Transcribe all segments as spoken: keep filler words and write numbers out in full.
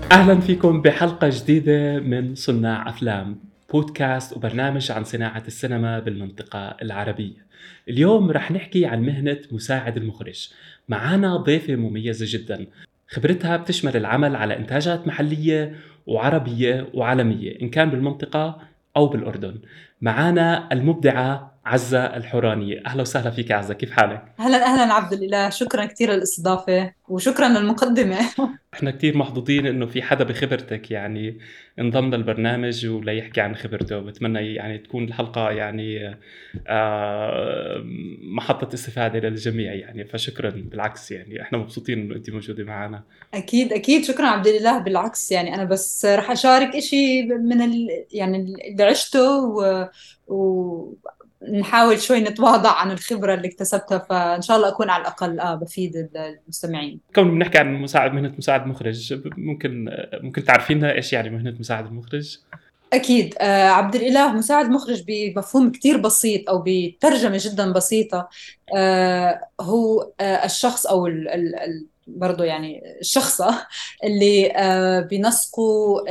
أهلا فيكم بحلقة جديدة من صناع أفلام، بودكاست وبرنامج عن صناعة السينما بالمنطقة العربية. اليوم رح نحكي عن مهنة مساعد المخرج. معانا ضيفة مميزة جدا، خبرتها بتشمل العمل على إنتاجات محلية وعربية وعالمية إن كان بالمنطقة أو بالأردن. معانا المبدعة عزة الحورانية. أهلا وسهلا فيك عزة، كيف حالك؟ اهلا اهلا عبد الاله، شكرا كثير للاستضافه وشكرا للمقدمه. احنا كتير محظوظين انه في حدا بخبرتك يعني انضم للبرنامج وليحكي عن خبرته. بتمنى يعني تكون الحلقة يعني آه، محطة استفادة للجميع يعني. فشكرا، بالعكس يعني احنا مبسوطين انه انت موجودة معنا. اكيد اكيد، شكرا عبد الاله. بالعكس يعني انا بس رح اشارك إشي من ال... يعني اللي عشته و... ونحاول شوي نتواضع عن الخبره اللي اكتسبتها، فان شاء الله اكون على الاقل اه بفيد المستمعين. كون بنحكي عن مساعد مهنة مساعد مخرج، ممكن ممكن تعرفينا ايش يعني مهنة مساعد المخرج؟ أكيد. آه عبد الإله، مساعد مخرج بمفهوم كتير بسيط أو بترجمة جدا بسيطة. آه هو آه الشخص أو ال ال ال برضه يعني الشخصة اللي آه بينسقوا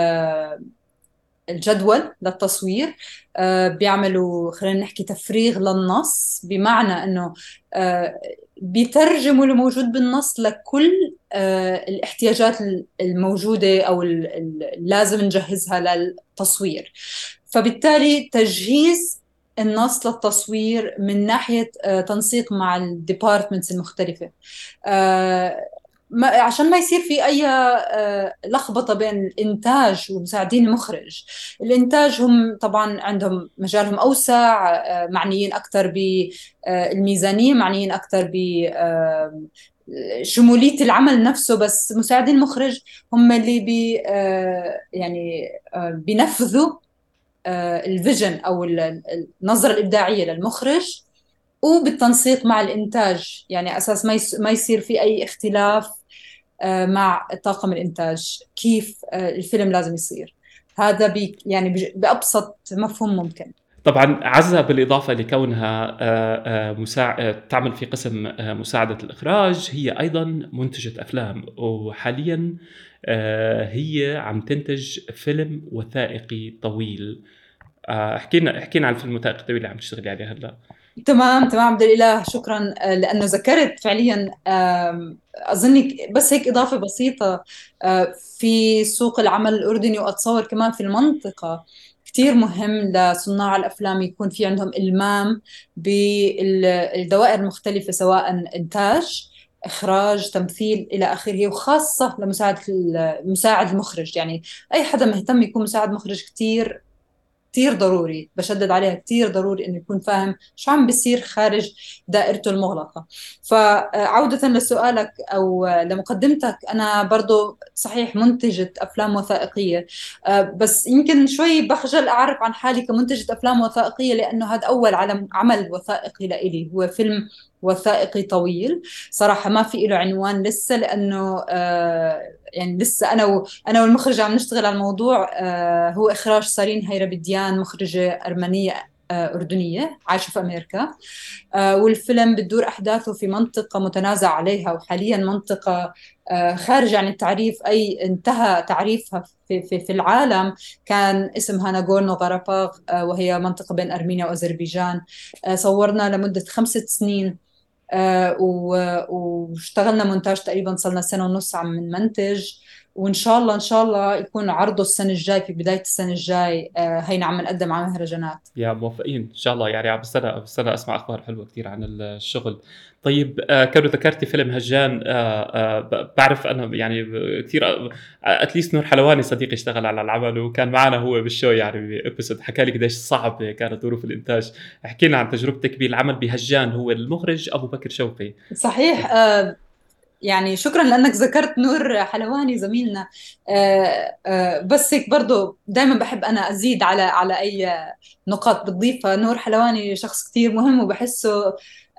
الجدول للتصوير. آه، بيعملوا، خلينا نحكي، تفريغ للنص، بمعنى انه آه، بيترجموا اللي موجود بالنص لكل آه، الاحتياجات الموجودة او ال- ال- اللازم نجهزها للتصوير. فبالتالي تجهيز النص للتصوير من ناحية آه، تنسيق مع الديبارتمنتس المختلفة. آه، ما عشان ما يصير في أي آه، لخبطة بين الإنتاج ومساعدين المخرج. الإنتاج هم طبعا عندهم مجالهم أوسع، آه، معنيين أكثر بالميزانية، معنيين أكثر ب آه، شمولية العمل نفسه. بس مساعدين المخرج هم اللي بي آه، يعني آه، بينفذوا آه، الفيجن أو ال- النظرة الإبداعية للمخرج، وبالتنسيق مع الإنتاج، يعني أساس ما يس- ما يصير في أي اختلاف آه، مع طاقم الإنتاج كيف آه، الفيلم لازم يصير. هذا بي يعني بج- بأبسط مفهوم ممكن. طبعا عزة بالإضافة لكونها آه، آه، مساع... آه، تعمل في قسم آه، مساعدة الإخراج، هي أيضا منتجة أفلام. وحاليا آه، هي عم تنتج فيلم وثائقي طويل. آه، احكينا احكينا عن الفيلم الوثائقي الطويل اللي عم تشتغلي عليه هلا. تمام تمام عبد الإله، شكرا آه، لأنه ذكرت فعليا. آم، أظني بس هيك إضافة بسيطة. آه، في سوق العمل الأردني، وأتصور كمان في المنطقة، كتير مهم لصناع الأفلام يكون في عندهم إلمام بالدوائر المختلفة، سواء إنتاج، إخراج، تمثيل إلى آخره، وخاصة لمساعدة المساعد المخرج. يعني أي حدا مهتم يكون مساعد مخرج كتير كتير ضروري، بشدد عليها، كتير ضروري انه يكون فاهم شو عم بيصير خارج دائرته المغلقة. فعودة لسؤالك او لمقدمتك، انا برضو صحيح منتجة افلام وثائقية. أه، بس يمكن شوي بخجل اعرف عن حالي كمنتجة افلام وثائقية، لانه هذا اول علم عمل وثائقي لإلي، هو فيلم وثائقي طويل. صراحة ما في له عنوان لسه، لأنه آه يعني لسه أنا و أنا والمخرجة عم نشتغل على الموضوع. آه هو إخراج سارين هيربديان، مخرجة أرمنية آه أردنية عايشة في أمريكا. آه والفيلم بتدور أحداثه في منطقة متنازع عليها، وحاليا منطقة آه خارجة عن التعريف، أي انتهى تعريفها في, في, في العالم. كان اسمها ناغورنو غاراباغ، آه وهي منطقة بين أرمينيا وأذربيجان. آه صورنا لمدة خمسة سنين. آه و- واشتغلنا مونتاج تقريبا، صلنا سنة ونص عم نمنتج. وإن شاء الله إن شاء الله يكون عرضه السنة الجاي، في بداية السنة الجاي. آه هينا عم نقدم على مهرجانات. يا موفقين ان شاء الله يعني. بستنى بستنى اسمع اخبار حلوه كثير عن الشغل. طيب آه، كانوا ذكرتي فيلم هجان. آه، آه، ب- بعرف انا يعني كثير. اتليست نور حلواني صديقي اشتغل على العمل وكان معنا هو بالشو يعني بإبسود، حكى لي قديش صعب كانت ظروف الانتاج. احكي لنا عن تجربتك بالعمل بهجان. هو المخرج ابو بكر شوقي. صحيح. آه يعني شكرا لأنك ذكرت نور حلواني زميلنا. آه آه بس هيك برضو دائما بحب أنا أزيد على على أي نقاط بتضيفها. نور حلواني شخص كتير مهم، وبحسه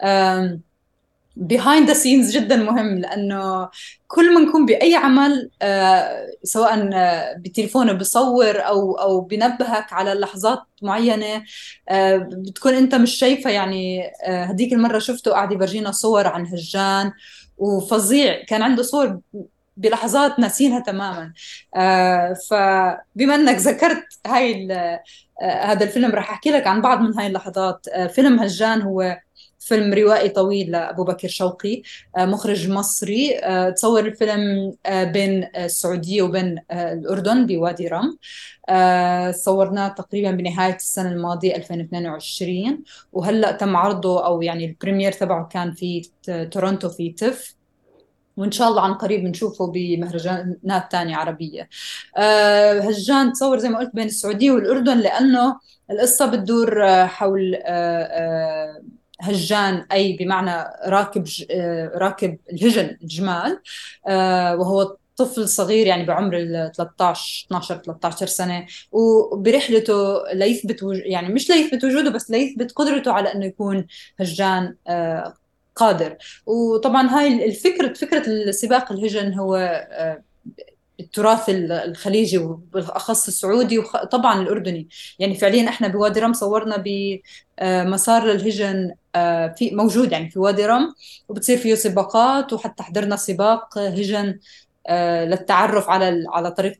behind the scenes جدا مهم، لأنه كل ما نكون بأي عمل، آه، سواء آه، بتليفونه بصور أو أو بنبهك على لحظات معينة، آه، بتكون أنت مش شايفة. يعني آه، هديك المرة شفته قاعد يورجينا صور عن هجان، وفظيع. كان عنده صور بلحظات ناسينها تماما. آه، فبما انك ذكرت هاي ال- آه، هذا الفيلم، راح احكي لك عن بعض من هاي اللحظات. آه، فيلم هجان هو فيلم روائي طويل لأبو بكر شوقي، آه، مخرج مصري. آه، تصور الفيلم آه، بين السعودية وبين آه، الأردن بوادي رم. آه، صورناه تقريبا بنهاية السنة الماضية ألفين واثنين وعشرين، وهلأ تم عرضه، أو يعني البريمير تبعه كان في ت- تورونتو في تف، وإن شاء الله عن قريب بنشوفه بمهرجانات تانية عربية. آه، هجان تصور زي ما قلت بين السعودية والأردن، لأنه القصة بتدور آه، حول آه، آه، هجان، أي بمعنى راكب ج- آه، راكب الهجن، الجمال. آه، وهو طفل صغير يعني بعمر ال ثلاثة عشر اثناشر ثلاثة عشر سنة، وبرحلته ليثبت وج... يعني مش ليثبت وجوده بس ليثبت قدرته على انه يكون هجان آه، قادر. وطبعا هاي الفكرة، فكرة السباق الهجن هو آه، التراث الخليجي وبالأخص السعودي وطبعا الأردني. يعني فعليا احنا بوادي رم صورنا بمسار للهجن آه، في موجود يعني في وادي رم، وبتصير فيه سباقات، وحتى حضرنا سباق هجن آه، للتعرف على على طريقة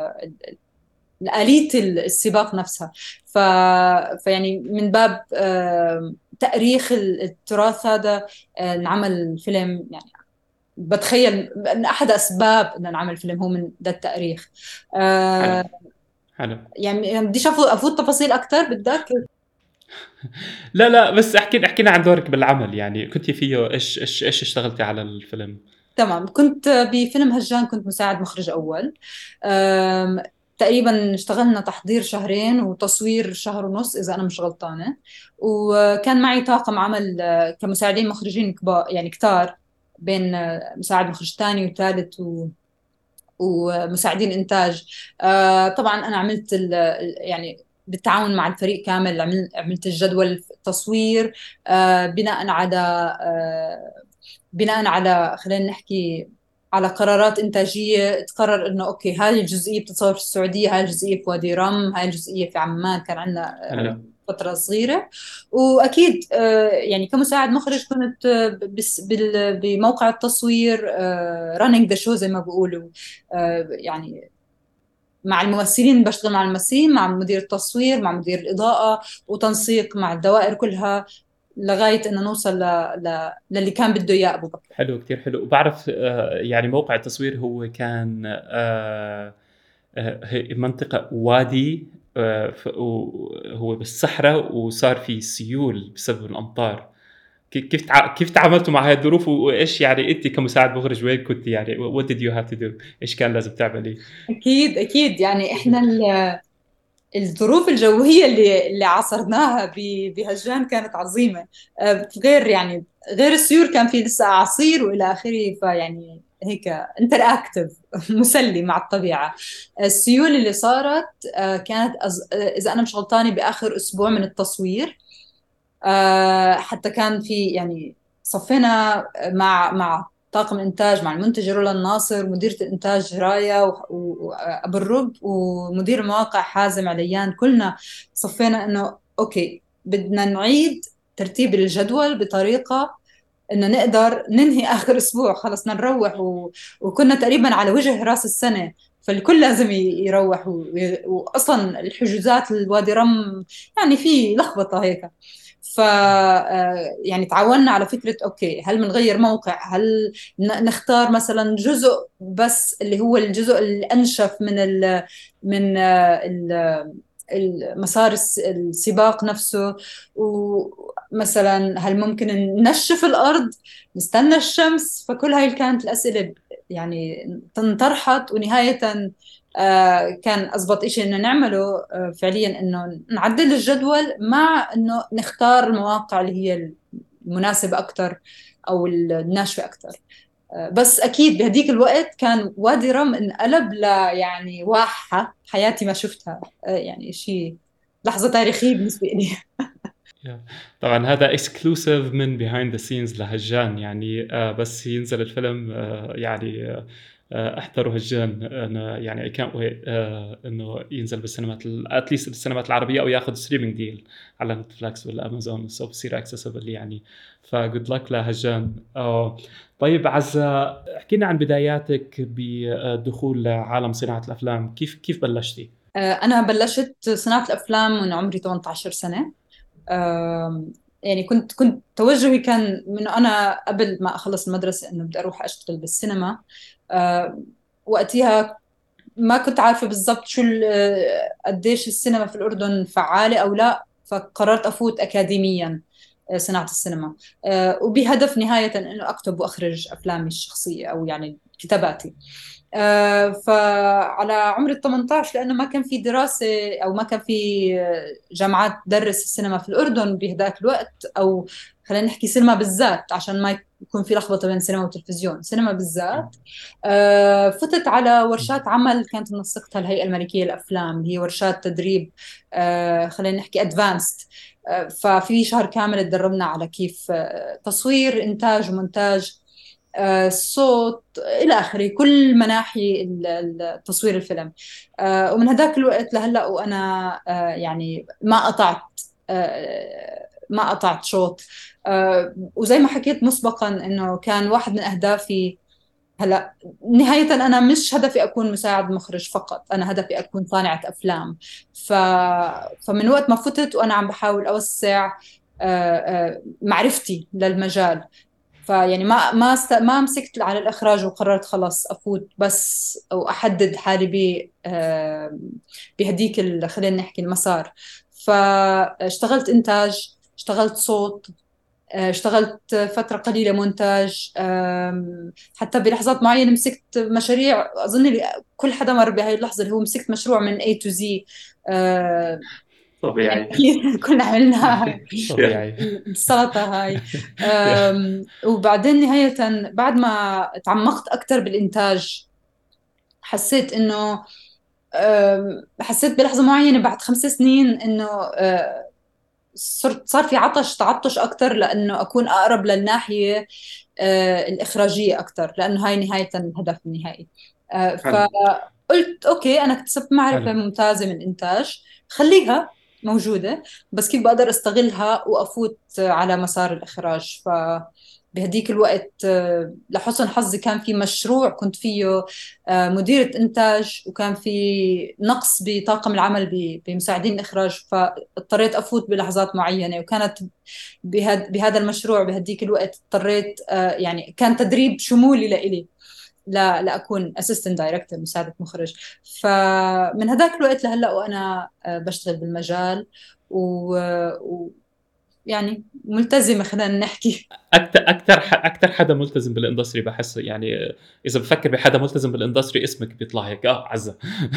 آلية السباق نفسها. ف... فيعني من باب آه، تأريخ التراث هذا آه، انعمل فيلم. يعني بتخيل ان احد اسباب ان نعمل فيلم هو من ده التاريخ. حلو آه حلو. يعني يعني بديش افوت افوت تفاصيل اكثر بدك؟ لا لا، بس احكي احكينا عن دورك بالعمل، يعني كنتي فيه ايش ايش ايش اشتغلتي على الفيلم؟ تمام. كنت بفيلم هجان كنت مساعد مخرج اول. آم، تقريبا اشتغلنا تحضير شهرين وتصوير شهر ونص اذا انا مش غلطانه. وكان معي طاقم عمل آه، كمساعدين مخرجين كبار يعني كتار، بين آه، مساعد مخرج ثاني وثالث و ومساعدين انتاج. آه طبعا انا عملت ال يعني بالتعاون مع الفريق كامل، عملت عملت الجدول التصوير آه بناء على آه بناء على خلينا نحكي على قرارات إنتاجية. تقرر إنه أوكي هاي الجزئية بتتصور في السعودية، هاي الجزئية في وادي رم، هاي الجزئية في عمان، كان عندنا حلو. فترة صغيرة. وأكيد آه، يعني كمساعد مخرج كنت آه، بس بال- بموقع التصوير رانينج ذا شو زي ما بيقولوا. آه، يعني مع الممثلين، بشتغل مع الممثلين، مع مدير التصوير، مع مدير الإضاءة، وتنسيق مع الدوائر كلها لغاية إنه نوصل ل... ل... للي كان بده إياه أبو بكر. حلو كتير حلو. وبعرف آه، يعني موقع التصوير هو كان آه، آه، هي منطقة وادي، آه، ف- وهو بالصحراء وصار في سيول بسبب الأمطار. كي- كيف تع... كيف تعاملتوا مع هاي الظروف، وايش يعني انت كمساعد مخرج وين كنت، يعني what did you have to do، ايش كان لازم تعملي؟ أكيد أكيد. يعني إحنا ال- الظروف الجوية اللي اللي عاصرناها ب- بهجان كانت عظيمة. آه، غير يعني غير السيول كان في لسه أعاصير وإلى آخره، فيعني هيك انتر اكتف مسلي مع الطبيعة. السيول اللي صارت آه، كانت أز... آه، إذا أنا مش غلطانة بآخر أسبوع من التصوير. آه، حتى كان في يعني صفينا مع مع طاقم الانتاج، مع المنتجه رولا الناصر، مديره الانتاج رايا و- و- وابو الرب، ومدير المواقع حازم عليان. كلنا صفينا انه اوكي بدنا نعيد ترتيب الجدول بطريقه انه نقدر ننهي اخر اسبوع، خلص بدنا نروح. و... وكنا تقريبا على وجه راس السنه، فالكل لازم ي- يروح. و... واصلا الحجوزات الوادي رم يعني في لخبطه هيك. ف آه، يعني تعاوننا على فكرة أوكي هل بنغير موقع، هل ن- نختار مثلا جزء بس اللي هو الجزء الأنشف من ال من آه، ال المسار الس- السباق نفسه. ومثلا هل ممكن ننشف الأرض، نستنى الشمس؟ فكل هاي كانت الأسئلة يعني انطرحت. ونهاية آه، كان أضبط إشي إنه نعمله آه، فعليا إنه نعدل الجدول مع إنه نختار المواقع اللي هي المناسبة أكثر أو الناشفة أكثر. آه، بس أكيد بهديك الوقت كان وادي رم انقلب ل يعني واحة حياتي ما شفتها. آه، يعني شيء لحظة تاريخية بالنسبة لي. Yeah. طبعا هذا اكسكلوسيف من behind the scenes لهجان، يعني آه، بس ينزل الفيلم آه، يعني آه، آه، احضروا هجان. انا يعني اي كانت ويت انه ينزل بالسينمات اتليست السينمات العربيه، او ياخذ ستريمينج ديل على نتفلكس ولا امازون، سو بصير اكسسبل يعني. فجود لك لهجان. آه، طيب عزة، احكي لنا عن بداياتك بدخول عالم صناعه الافلام. كيف كيف بلشتي؟ آه، أنا بلشت صناعة الأفلام من عمري ثمانية عشر سنة. آم، يعني كنت كنت توجهي كان من أنا قبل ما أخلص المدرسة إنه بدي أروح أشتغل بالسينما. آه، وقتها ما كنت عارفة بالضبط شو ال- آه، قديش السينما في الأردن فعالة أو لا، فقررت أفوت أكاديميا آه، صناعة السينما، آه، وبهدف نهاية إنه أكتب وأخرج أفلامي الشخصية أو يعني كتاباتي. آه، فعلى عمر ال ثمانية عشر، لأنه ما كان في دراسة أو ما كان في آه، جامعات تدرس السينما في الأردن بهداك الوقت، أو خلينا نحكي سينما بالذات عشان ما يكون في لخبطة بين سينما وتلفزيون، سينما بالذات. آه، فتت على ورشات عمل كانت منسقتها الهيئة الملكية للأفلام، اللي هي ورشات تدريب، آه، خلينا نحكي أدفانسد. ففي شهر كامل تدربنا على كيف آه، تصوير، إنتاج ومونتاج، آه، صوت إلى آخره، كل مناحي ال- ال- تصوير الفيلم. آه، ومن هذاك الوقت لهلأ وأنا آه، يعني ما قطعت آه، ما قطعت شوط. آه، وزي ما حكيت مسبقا إنه كان واحد من أهدافي. هلا نهاية أنا مش هدفي أكون مساعد مخرج فقط، أنا هدفي أكون صانعة أفلام. ف... فمن وقت ما فتت وأنا عم بحاول أوسع آه، آه، معرفتي للمجال. فيعني ما ما است... ما مسكت على الإخراج وقررت خلاص أفوت بس أو أحدد حالي ب آه، بهديك ال... خلينا نحكي المسار. فاشتغلت إنتاج، اشتغلت صوت، آه، اشتغلت فترة قليلة مونتاج. آم، حتى بلحظات معينة مسكت مشاريع، أظن اللي كل حدا مر بهاي اللحظة، اللي هو مسكت مشروع من A to Z. آه، يعني طبيعي. أكيد كلنا عملناها، طبيعي. السلطة هاي. آم، وبعدين نهاية بعد ما تعمقت أكثر بالإنتاج، حسيت إنه آم، حسيت بلحظة معينة بعد خمس سنين إنه آه، صرت صار في عطش تعطش أكثر لأنه أكون أقرب للناحية آه، الإخراجية أكثر، لأنه هاي نهاية الهدف النهائي. آه، حلو. فقلت أوكي، أنا اكتسبت معرفة حلو. ممتازة من الإنتاج، خليها موجودة، بس كيف بقدر استغلها وأفوت على مسار الإخراج. ف بهديك الوقت آه، لحسن حظي كان في مشروع كنت فيه آه، مديرة إنتاج، وكان في نقص بطاقم العمل ب- بمساعدين الإخراج، فاضطريت أفوت بلحظات معينة. وكانت بهذا بهذا المشروع بهديك الوقت اضطريت آه، يعني كان تدريب شمولي لإلي لا لأكون اسيستنت دايركتور، مساعدة مخرج. فمن هذاك الوقت لهلا وأنا آه، بشتغل بالمجال، و و- يعني ملتزمة خلينا نحكي. اكثر اكثر اكثر حدا ملتزم بالاندستري بحس يعني. اذا بفكر بحدا ملتزم بالاندستري اسمك بيطلع هيك، اه عزة.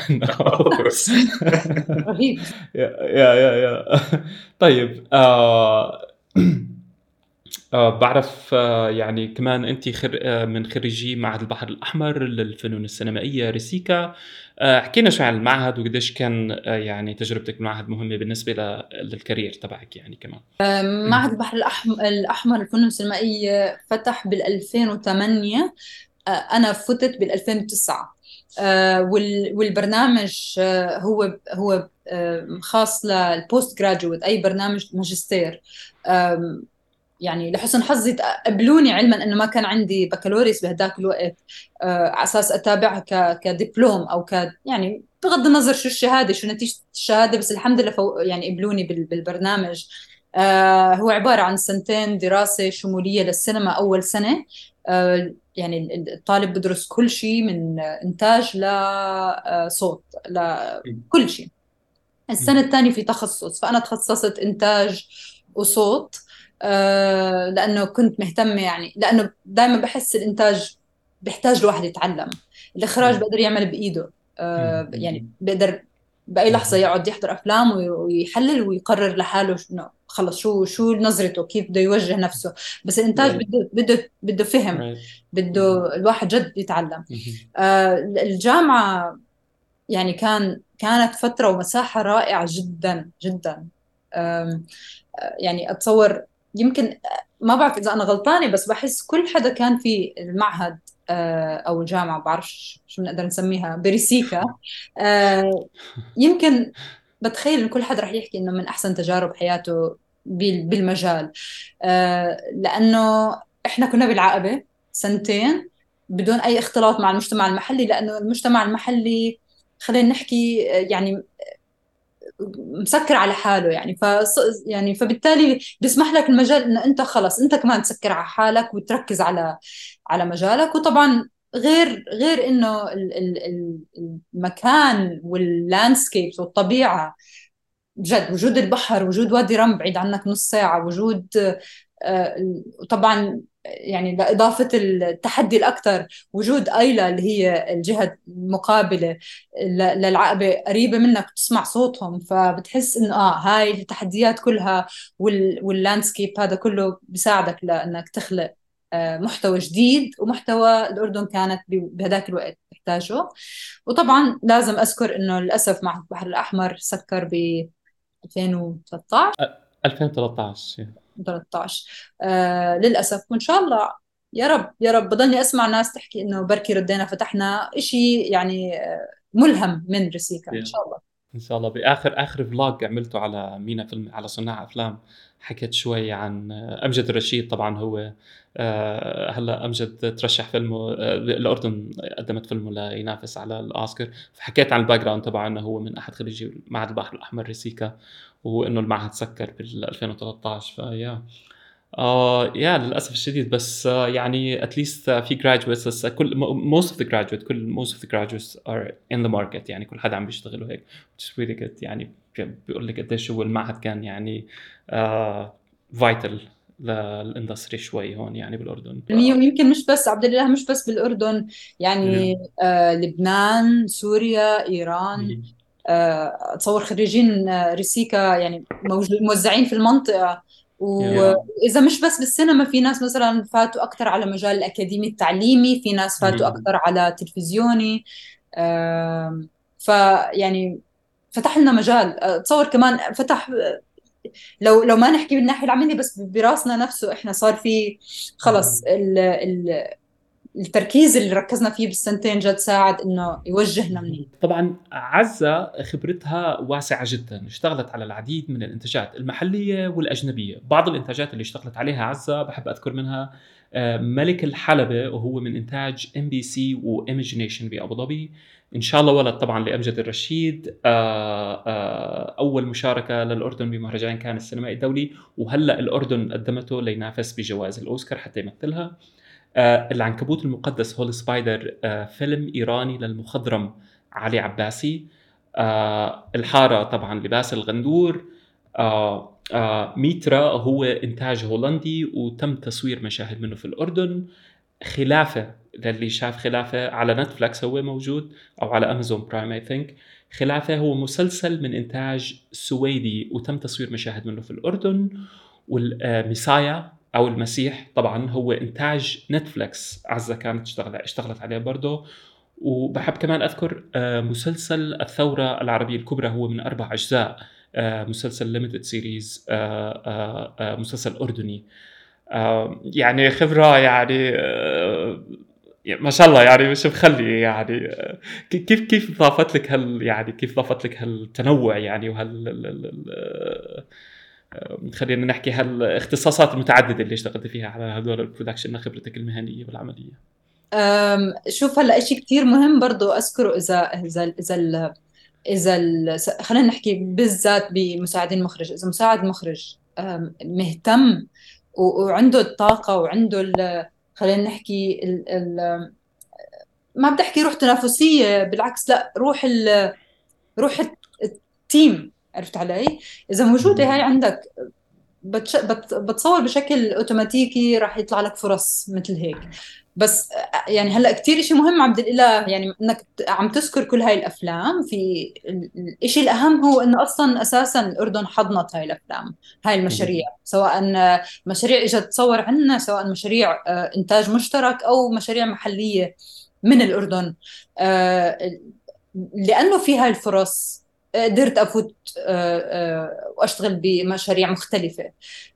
رهيب. يا يا يا يا طيب. آه آه بعرف آه يعني كمان انت خر آه من خريجي معهد البحر الاحمر للفنون السينمائيه ريسيكا. آه احكينا شوي عن المعهد وقديش كان آه يعني تجربتك بالمعهد مهمه بالنسبه ل- للكارير تبعك يعني كمان. معهد البحر الأحمر, الأحمر الفنون السينمائية فتح بال ألفين وثمانية، آه، أنا فتت بال ألفين وتسعة. آه، وال- والبرنامج آه، هو هو آه، خاص للبوست جراجويت، أي برنامج ماجستير. آم، يعني لحسن حظي قبلوني، علما انه ما كان عندي بكالوريوس بهداك الوقت، آه، على اساس اتابعها ك كدبلوم او ك يعني بغض النظر شو الشهاده، شو نتيجه الشهاده، بس الحمد لله فو يعني قبلوني بال- بالبرنامج. آه، هو عباره عن سنتين دراسه شموليه للسينما. اول سنه آه، يعني ال- الطالب بدرس كل شيء من انتاج لصوت لكل شيء. السنة الثانية في تخصص، فأنا تخصصت إنتاج وصوت. آه لأنه كنت مهتمة، يعني لأنه دائما بحس الإنتاج بيحتاج الواحد يتعلم، الإخراج بقدر يعمل بإيده. آه يعني بقدر بأي لحظة يقعد يحضر أفلام وي- ويحلل ويقرر لحاله شنو خلص شو شو نظرته، كيف بده يوجه نفسه. بس الإنتاج Right. بده بده بده فهم، Right. بده الواحد جد يتعلم. مهم. آه الجامعة يعني كان كانت فترة ومساحة رائعة جدا جدا. أم، يعني أتصور يمكن ما بعرف إذا أنا غلطانة، بس بحس كل حدا كان في المعهد او الجامعه، بعرفش شو بنقدر نسميها، بريسيكا. آه، يمكن بتخيل ان كل حد رح يحكي انه من احسن تجارب حياته بال- بالمجال. آه، لانه احنا كنا بالعقبه سنتين بدون اي اختلاط مع المجتمع المحلي، لانه المجتمع المحلي خلينا نحكي آه، يعني مسكر على حاله. يعني ف يعني فبالتالي بيسمح لك المجال ان انت خلص انت كمان تسكر على حالك وتركز على على مجالك. وطبعا غير غير انه ال- ال- ال- المكان واللاندسكيبس والطبيعه، بجد وجود البحر، وجود وادي رم بعيد عنك نص ساعة، وجود آه، طبعا يعني لإضافة التحدي الأكثر وجود أيلا اللي هي الجهة المقابلة ل- للعقبة قريبة منك تسمع صوتهم. فبتحس إنه آه هاي التحديات كلها وال واللاندسكيب هذا كله بيساعدك لأنك تخلق آه، محتوى جديد، ومحتوى الأردن كانت ب- بهذاك الوقت تحتاجه. وطبعا لازم أذكر إنه للأسف مع البحر الأحمر سكر ب ألفين وثلاثة عشر ألفين وثلاثة عشر. ثلاثة عشر آه للأسف. وإن شاء الله يا رب يا رب بضلني أسمع ناس تحكي إنه بركي ردينا فتحنا إشي يعني آه ملهم من رسيكا إن شاء الله. ان شاء الله. باخر اخر فلوج عملته على مينا فيلم على صناع افلام حكيت شوي عن امجد الرشيد. طبعا هو آه، هلا امجد ترشح فيلمه، آه، الاردن قدمت فيلمه لينافس على الاوسكار، فحكيت عن الباك جراوند تبعه انه هو من احد خريجي معهد البحر الاحمر ريسيكا، وانه المعهد سكر بال ألفين وثلاثة عشر. فيا آه يا للأسف الشديد. بس آه يعني at least آه في graduates هسه كل م- most of the graduate كل most of the graduates are in the market، يعني كل حدا عم بيشتغل وهيك which is really good. يعني بي- بيقول لك قديش هو المعهد كان يعني آه vital للاندستري شوي هون يعني بالأردن. ف يعني يمكن مش بس عبد الله، مش بس بالأردن، يعني yeah. آه لبنان، سوريا، إيران. مهم. آه، أتصور خريجين آه، ريسيكا يعني موجود موزعين في المنطقة. yeah. وإذا مش بس بالسينما، في ناس مثلا فاتوا أكثر على مجال الأكاديمي التعليمي، في ناس فاتوا مهم. أكثر على تلفزيوني. آم، فيعني فتح لنا مجال. آه، أتصور كمان فتح، لو لو ما نحكي بالناحية العملية بس براسنا نفسه، إحنا صار في خلص مهم. ال ال التركيز اللي ركزنا فيه بالسنتين جد ساعد إنه يوجهنا منيح. طبعا عزة خبرتها واسعة جدا، اشتغلت على العديد من الانتاجات المحلية والأجنبية. بعض الانتاجات اللي اشتغلت عليها عزة بحب أذكر منها آه، ملك الحلبة، وهو من إنتاج ام بي سي وإيميجينيشن بأبو ظبي. إن شاء الله ولد طبعا لأمجد الرشيد، آه، آه، أول مشاركة للأردن بمهرجان كان السينمائي الدولي، وهلأ الأردن قدمته لينافس بجوائز الأوسكار حتى يمثلها. آه، العنكبوت المقدس هول سبايدر، آه، فيلم إيراني للمخضرم علي عباسي. آه، الحارة طبعا لباسل الغندور. آه، آه، ميترا هو إنتاج هولندي وتم تصوير مشاهد منه في الأردن. خلافة، للي شاف خلافة على نتفلكس هو موجود، أو على أمازون برايم I think. خلافة هو مسلسل من إنتاج سويدي وتم تصوير مشاهد منه في الأردن. والمسايا أو المسيح طبعا هو إنتاج نتفلكس، عزة كانت اشتغل اشتغلت عليه برضه. وبحب كمان أذكر آه، مسلسل الثورة العربية الكبرى، هو من أربع أجزاء، آه، مسلسل ليميتد سيريز، مسلسل أردني. آه، يعني خبرة يعني آه، ما شاء الله، يعني مش مخلي يعني آه، كيف كيف ضافت لك هال يعني كيف ضافت لك هالتنوع يعني وهال ال- ال- ال- آه، خلينا نحكي هالاختصاصات المتعددة اللي اشتغلت فيها على هدول البرودكشن، خبرتك المهنية والعملية. أم، شوف هلا شيء كتير مهم برضو أذكره، إذا إذا إذا ال إذا ال خلينا نحكي بالذات بمساعدين المخرج. إذا مساعد مخرج أم، مهتم و- وعنده الطاقة وعنده ال- خلينا نحكي ال ال ما بدي أحكي روح تنافسية، بالعكس لا، روح ال روح التيم. عرفت علي؟ إذا موجودة هاي مهم. عندك، بتش... بت... بتصور بشكل اوتوماتيكي راح يطلع لك فرص مثل هيك. بس يعني هلا كثير إشي مهم عبد الإله، يعني انك ت- عم تذكر كل هاي الافلام. في ال- الإشي الاهم هو انه اصلا اساسا الاردن حضنت هاي الافلام، هاي المشاريع، مهم. سواء مشاريع اجت تصور عندنا، سواء مشاريع آه، انتاج مشترك او مشاريع محلية من الاردن. آه، لانه في هاي الفرص قدرت افوت آه، آه، واشتغل بمشاريع مختلفة.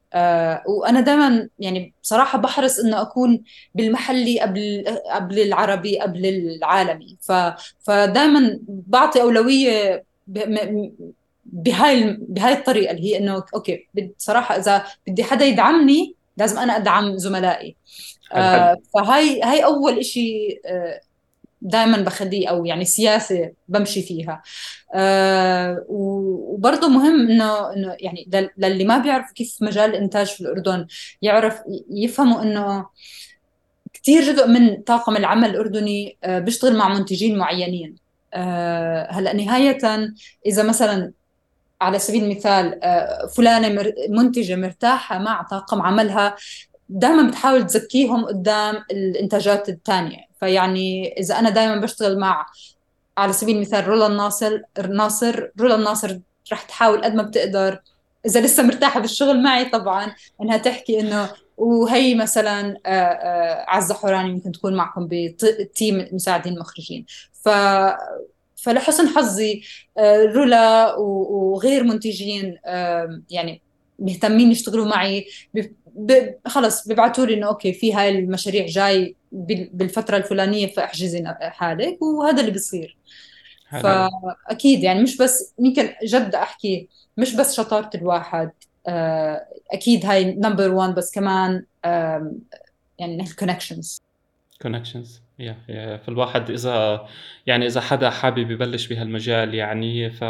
آه وأنا دائما يعني بصراحة بحرص إنه أكون بالمحلي قبل قبل العربي قبل العالمي. ف فدائما بعطي أولوية ب- م- بهاي بهاي الطريقة اللي هي إنه أوكي بد- بصراحة إذا بدي حدا يدعمني لازم أنا أدعم زملائي. حلو حلو. آه فهاي هاي أول إشي آه دائما بخليه، او يعني سياسه بمشي فيها. آه وبرضه مهم انه انه يعني لل- للي ما بيعرف كيف مجال الانتاج في الاردن يعرف يفهموا انه كثير جزء من طاقم العمل الاردني آه بيشتغل مع منتجين معينين. آه هلا نهايه اذا مثلا على سبيل المثال آه، فلانة مر- منتجة مرتاحة مع طاقم عملها، دائما بتحاول تزكيهم قدام الانتاجات الثانيه. فيعني اذا انا دائما بشتغل مع على سبيل المثال رولا الناصر ناصر رولا الناصر رح تحاول قد ما بتقدر، اذا لسه مرتاحه بالشغل معي طبعا، انها تحكي انه وهي مثلا آه، آه، عزة حوراني ممكن تكون معكم بتيم مساعدين المخرجين. ف فلحسن حظي آه، رولا و- وغير منتجين آه، يعني مهتمين يشتغلوا معي. ب- ب- خلص بيبعتوا لي انه اوكي في هاي المشاريع جاي بال- بالفتره الفلانيه فاحجزي حالك، وهذا اللي بيصير. حلو حلو. فاكيد يعني مش بس يمكن جد احكي مش بس شطاره الواحد، آه، اكيد هاي نمبر وان، بس كمان آم، يعني الكونكشنز. كونكشنز يا يا فالواحد اذا يعني اذا حدا حابب يبلش بهالمجال يعني ف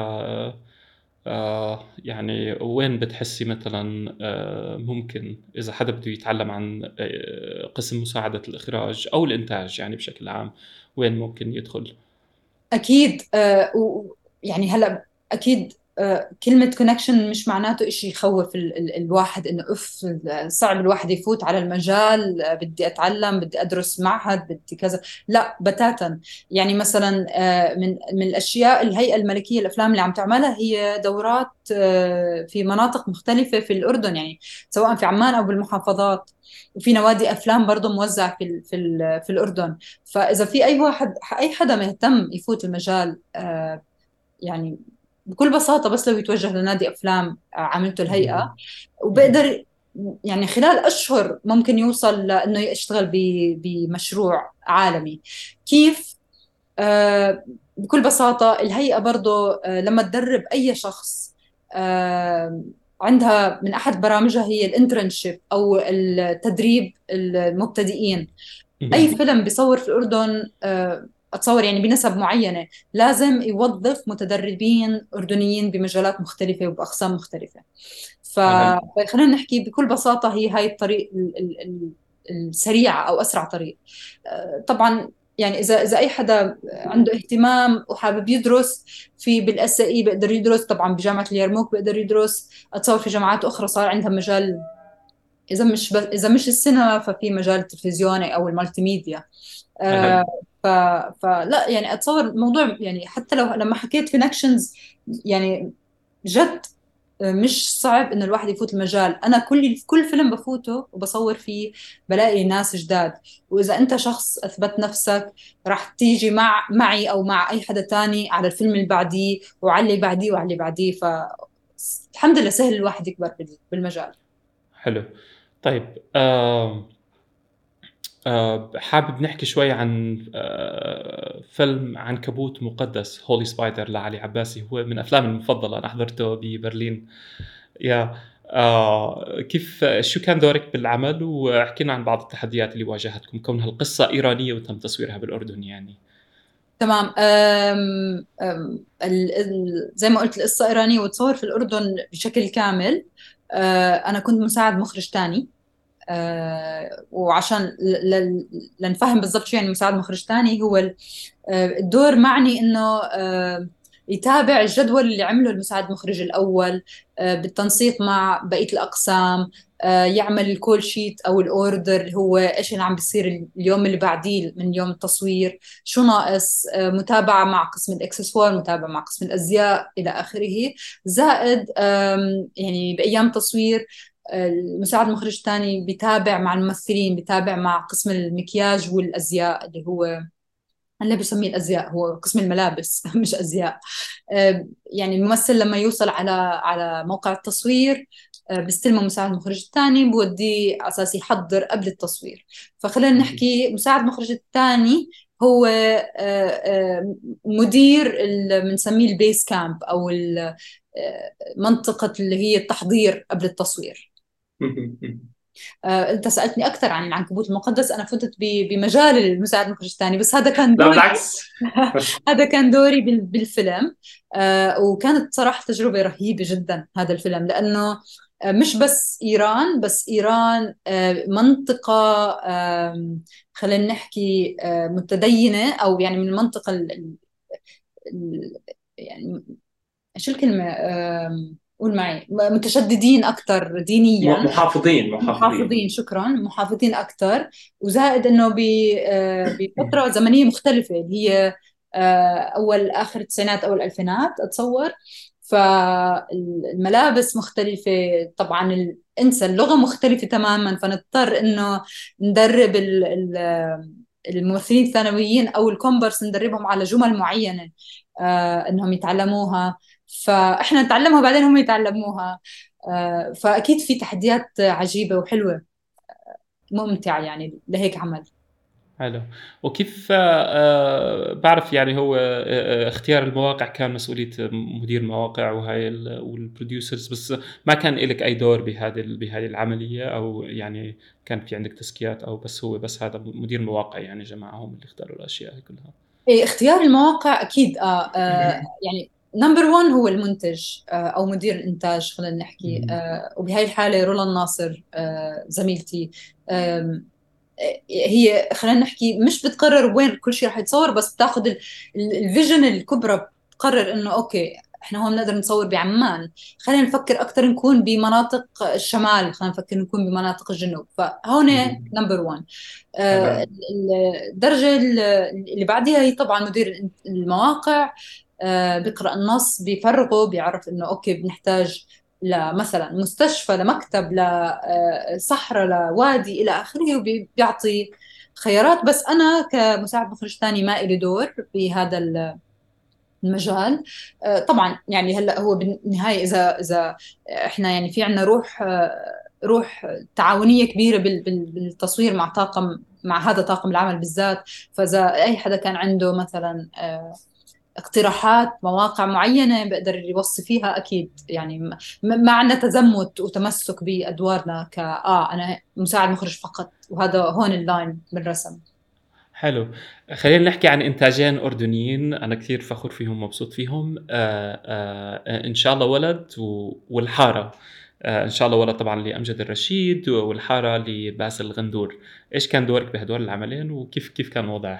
آه يعني وين بتحسي مثلا آه ممكن اذا حدا بده يتعلم عن آه قسم مساعدة الاخراج او الانتاج يعني بشكل عام، وين ممكن يدخل؟ اكيد آه و- يعني هلا اكيد آه كلمة كونكشن مش معناته إشي يخوف ال ال الواحد انه اف صعب الواحد يفوت على المجال، آه بدي اتعلم بدي ادرس معهد بدي كذا. لا بتاتا. يعني مثلا آه من من الاشياء الهيئة الملكية الافلام اللي عم تعملها هي دورات آه في مناطق مختلفة في الاردن، يعني سواء في عمان او بالمحافظات. وفي نوادي افلام برضه موزعة في ال في ال في الاردن. فإذا في أي واحد أي حدا مهتم يفوت المجال آه، يعني بكل بساطة بس لو يتوجه لنادي أفلام آه، عملته الهيئة، مهم. مهم. وبقدر يعني خلال أشهر ممكن يوصل لأنه يشتغل ب- بمشروع عالمي. كيف؟ آه، بكل بساطة الهيئة برضو آه، لما تدرب أي شخص آه، عندها من أحد برامجها هي الانترنشيب أو التدريب المبتدئين. اي مهم. فيلم بيصور في الاردن آه، اتصور يعني بنسب معينه لازم يوظف متدربين اردنيين بمجالات مختلفه وباقسام مختلفه. ف- حلو حلو. فخلينا نحكي بكل بساطه هي هاي الطريق ال- ال- ال- السريعه او اسرع طريق. آه، طبعا يعني اذا اذا اي حدا عنده اهتمام وحابب يدرس في بالاس اي بيقدر يدرس، طبعا بجامعه اليرموك بيقدر يدرس. اتصور في جامعات اخرى صار عندها مجال، اذا مش بس اذا مش السينما ففي مجال التلفزيوني او المالتي ميديا. حلو آه حلو. ف... فلا يعني اتصور الموضوع يعني حتى لو لما حكيت كونكشنز يعني جد آه، مش صعب انه الواحد يفوت المجال. انا كل كل فيلم بفوته وبصور فيه بلاقي ناس جداد، واذا انت شخص اثبت نفسك راح تيجي مع معي او مع اي حدا تاني على الفيلم اللي بعديه وعلى اللي بعديه وعلى اللي بعديه. ف الحمد لله سهل الواحد يكبر بال- بالمجال. حلو. طيب آه آه حابب نحكي شوي عن آه فيلم عنكبوت مقدس هولي سبايدر لعلي عباسي، هو من أفلامي المفضلة، أنا حضرته ببرلين. يا آه كيف شو كان دورك بالعمل، واحكينا عن بعض التحديات اللي واجهتكم كونها القصة إيرانية وتم تصويرها بالأردن يعني. تمام. أم أم ال ال زي ما قلت القصة إيرانية وتصور في الأردن بشكل كامل. أه أنا كنت مساعد مخرج تاني. أه وعشان ل- ل- لنفهم بالضبط شو يعني مساعد مخرج تاني، هو ال- آه، الدور معني انه آه، يتابع الجدول اللي عمله المساعد المخرج الاول آه، بالتنسيق مع بقيه الاقسام. آه، يعمل الكول شيت او الاوردر اللي هو ايش اللي عم بيصير اليوم اللي بعديه من يوم التصوير، شو ناقص، آه، متابعه مع قسم الاكسسوار، متابعه مع قسم الازياء الى اخره. زائد آم، يعني بايام التصوير آه، المساعد المخرج الثاني بيتابع مع الممثلين، بيتابع مع قسم المكياج والازياء اللي هو اللي بسميه الازياء هو قسم الملابس مش ازياء. آه، يعني الممثل لما يوصل على على موقع التصوير آه، بستلمه مساعد المخرج الثاني، بوديه على اساس يحضر قبل التصوير. فخلينا نحكي مساعد المخرج الثاني هو آه، آه، مدير بنسميه البيس كامب، او ال- آه، منطقة اللي هي التحضير قبل التصوير. آه، انت سألتني اكثر عن العنكبوت المقدس، انا فتت ب- بمجال المساعد المخرج الثاني، بس هذا كان لا دوري. بالعكس. هذا كان دوري بال- بالفيلم. آه، وكانت صراحة تجربة رهيبة جدا هذا الفيلم، لأنه آه، مش بس إيران، بس إيران آه، منطقة، آم، خلينا نحكي آه، متدينة، أو يعني من المنطقة ال- ال- ال- يعني شو الكلمة، آم، قول معي، متشددين أكثر م- دينيا. محافظين محافظين. محافظين، شكرا، محافظين أكثر. وزائد أنه ب- آه، بفترة زمنية مختلفة، اللي هي آه، أول آخر التسعينات أول الألفينات أتصور. فالملابس مختلفة طبعا، ال- انسى اللغة مختلفة تماما، فنضطر إنه ندرب ال- ال- الممثلين الثانويين أو الكومبرس، ندربهم على جمل معينة آه، إنهم يتعلموها، فإحنا نتعلمها بعدين هم يتعلموها. آه، فأكيد في تحديات عجيبة وحلوة، ممتع يعني لهيك عمل. حلو. وكيف آه، آه، بعرف يعني هو آه، آه، اختيار المواقع كان مسؤولية مدير المواقع وهاي ال- والبروديوسرز، بس ما كان لك أي دور بهذه ال- بهذه العملية، أو يعني كان في عندك تزكيات، أو بس هو بس هذا مدير المواقع يعني جماعهم اللي اختاروا الأشياء هي كلها؟ إيه، اختيار المواقع أكيد آه, آه يعني نمبر وان هو المنتج آه أو مدير الإنتاج، خلينا نحكي، آه وبهاي الحالة رولا الناصر آه زميلتي. آم، هي خلينا نحكي مش بتقرر وين كل شيء رح يتصور، بس بتاخذ ال- ال- الفيجن الكبرى، بتقرر انه اوكي احنا هون بنقدر نصور بعمان، خلينا نفكر اكثر نكون بمناطق الشمال، خلينا نفكر نكون بمناطق الجنوب، فهون نمبر واحد. تمام. الدرجة اللي بعديها هي طبعا مدير المواقع. آه، بيقرأ النص، بيفرغه، بيعرف انه اوكي بنحتاج لمثلا مستشفى، لمكتب، لصحراء، لوادي، الى اخره، وبيعطي خيارات. بس انا كمساعد مخرج ثاني ما إلي دور بهذا المجال. آه، طبعا يعني هلا هو بالنهايه، اذا اذا احنا يعني في عندنا روح آه، روح تعاونيه كبيره بال- بال- بالتصوير مع طاقم، مع هذا طاقم العمل بالذات. فاذا اي حدا كان عنده مثلا آه، اقتراحات مواقع معينة بقدر يوصي فيها، أكيد يعني م- ما عندنا تزمت وتمسك بأدوارنا، ك آه أنا مساعد مخرج فقط، وهذا هون اللاين بالرسم. حلو. خلينا نحكي عن إنتاجين أردنيين أنا كثير فخور فيهم، مبسوط فيهم. آه آه إن شاء الله ولد و- والحارة. آه إن شاء الله ولد طبعا لأمجد الرشيد، والحارة لباسل الغندور. إيش كان دورك بهدول العملين، وكيف كيف كان وضعه؟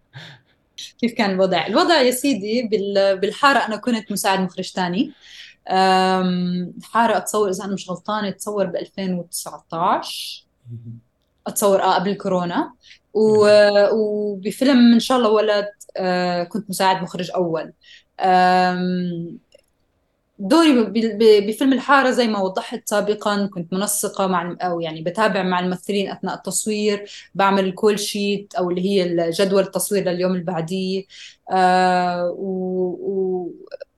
كيف كان الوضع؟ الوضع يا سيدي بال- بالحارة أنا كنت مساعد مخرج ثاني. حارة أتصور إذا أنا مش غلطانة تصور ب ألفين وتسعطعش، أتصور آه قبل كورونا. و- وبفيلم إن شاء الله ولد آه كنت مساعد مخرج أول. آم، دوري ب- ب- بفيلم الحارة زي ما وضحت سابقا، كنت منسقة مع، أو يعني بتابع مع الممثلين أثناء التصوير، بعمل الكول شيت أو اللي هي جدول التصوير لليوم اللي بعديه. آه و, و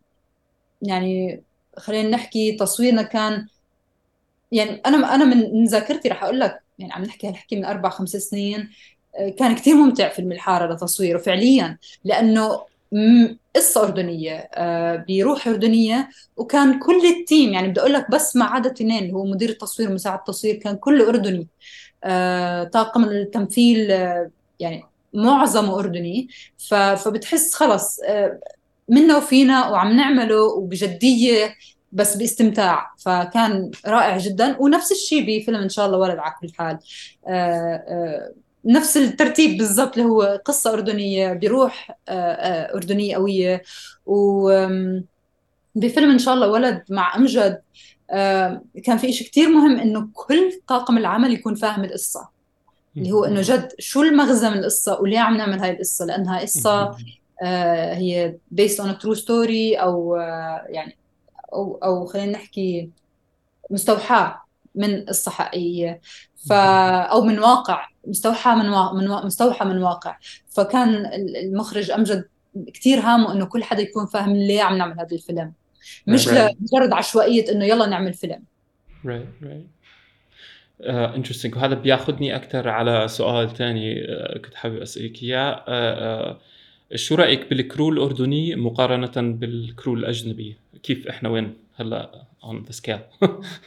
يعني خلينا نحكي تصويرنا كان، يعني أنا أنا من من ذاكرتي رح أقول لك، يعني عم نحكي هالحكي من أربع خمس سنين. آه، كان كتير ممتع فيلم الحارة لتصويره فعليا، لأنه م- قصة أردنية آه، بروح أردنية. وكان كل التيم، يعني بدي أقول لك بس ما عدا اثنين اللي هو مدير التصوير ومساعد التصوير، كان كله أردني. آه، طاقم التمثيل آه، يعني معظمه أردني. ف- فبتحس خلص آه، منا وفينا وعم نعمله وبجدية، بس باستمتاع. فكان رائع جدا. ونفس الشيء بفيلم إن شاء الله ولد على كل حال. آه، آه، نفس الترتيب بالضبط، اللي هو قصة أردنية بروح آه، آه، أردنية قوية. وبفيلم إن شاء الله ولد مع أمجد آه، كان في إشي كتير مهم، إنه كل طاقم العمل يكون فاهم القصة، اللي هو إنه جد شو المغزى من القصة وليه عم نعمل هاي القصة، لأنها قصة آه، هي based on a true story، أو آه، يعني أو أو خلينا نحكي مستوحاة من قصة حقيقية. ف أو من واقع، مستوحى من وا... من وا... مستوحى من واقع. فكان المخرج أمجد كثير هامه إنه كل حدا يكون فاهم ليه عم نعمل هذا الفيلم، مش تمام. لمجرد عشوائية إنه يلا نعمل فيلم. right right انترستينج. وهذا بياخذني اكثر على سؤال تاني uh, كنت حابب اسالك اياه. uh, uh, شو رايك بالكرو الاردني مقارنه بالكرو الاجنبي؟ كيف احنا وين هلا on the scale؟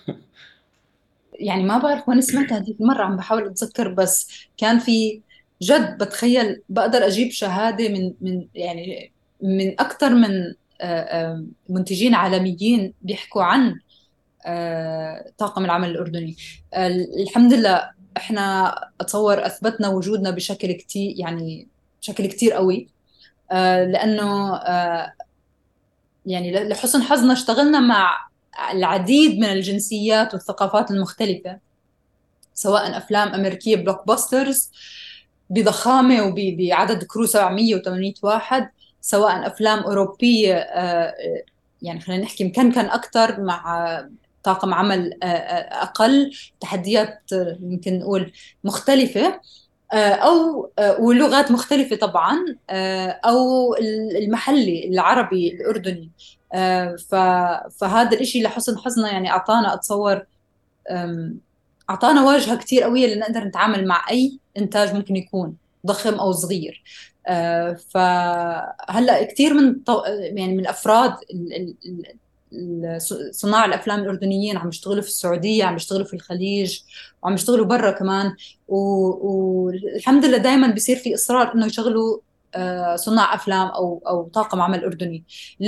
يعني ما بعرف وين سمعت هذيك المرة، عم بحاول أتذكر، بس كان في جد بتخيل بقدر أجيب شهادة من من يعني من أكثر من آه، آه، منتجين عالميين بيحكوا عن آه، طاقم العمل الأردني. آه، الحمد لله احنا أتصور أثبتنا وجودنا بشكل كتير، يعني بشكل كتير قوي. آه، لأنه آه، يعني لحسن حظنا اشتغلنا مع العديد من الجنسيات والثقافات المختلفة، سواء افلام امريكيه بلوك باسترز بضخامه وبعدد كرو سبعمية و800 واحد، سواء افلام اوروبيه آه، يعني خلينا نحكي يمكن كان اكثر مع آه، طاقم عمل آه، آه، اقل، تحديات آه، يمكن نقول مختلفه، آه، او آه، ولغات مختلفه طبعا، آه، او المحلي العربي الاردني. آه، ف- فهذا الاشي لحسن حظنا يعني اعطانا اتصور أم، أعطانا واجهة كتير قوية لنقدر نتعامل مع أي إنتاج ممكن يكون ضخم أو صغير. أه، فهلا كتير من طو... يعني من أفراد ال... ال... ال... صناع الأفلام الأردنيين عم يشتغلوا في السعودية، عم يشتغلوا في الخليج، وعم يشتغلوا برا كمان. والحمد لله دائما بيصير في إصرار إنه يشغلوا أه، صناع أفلام أو أو طاقم عمل أردني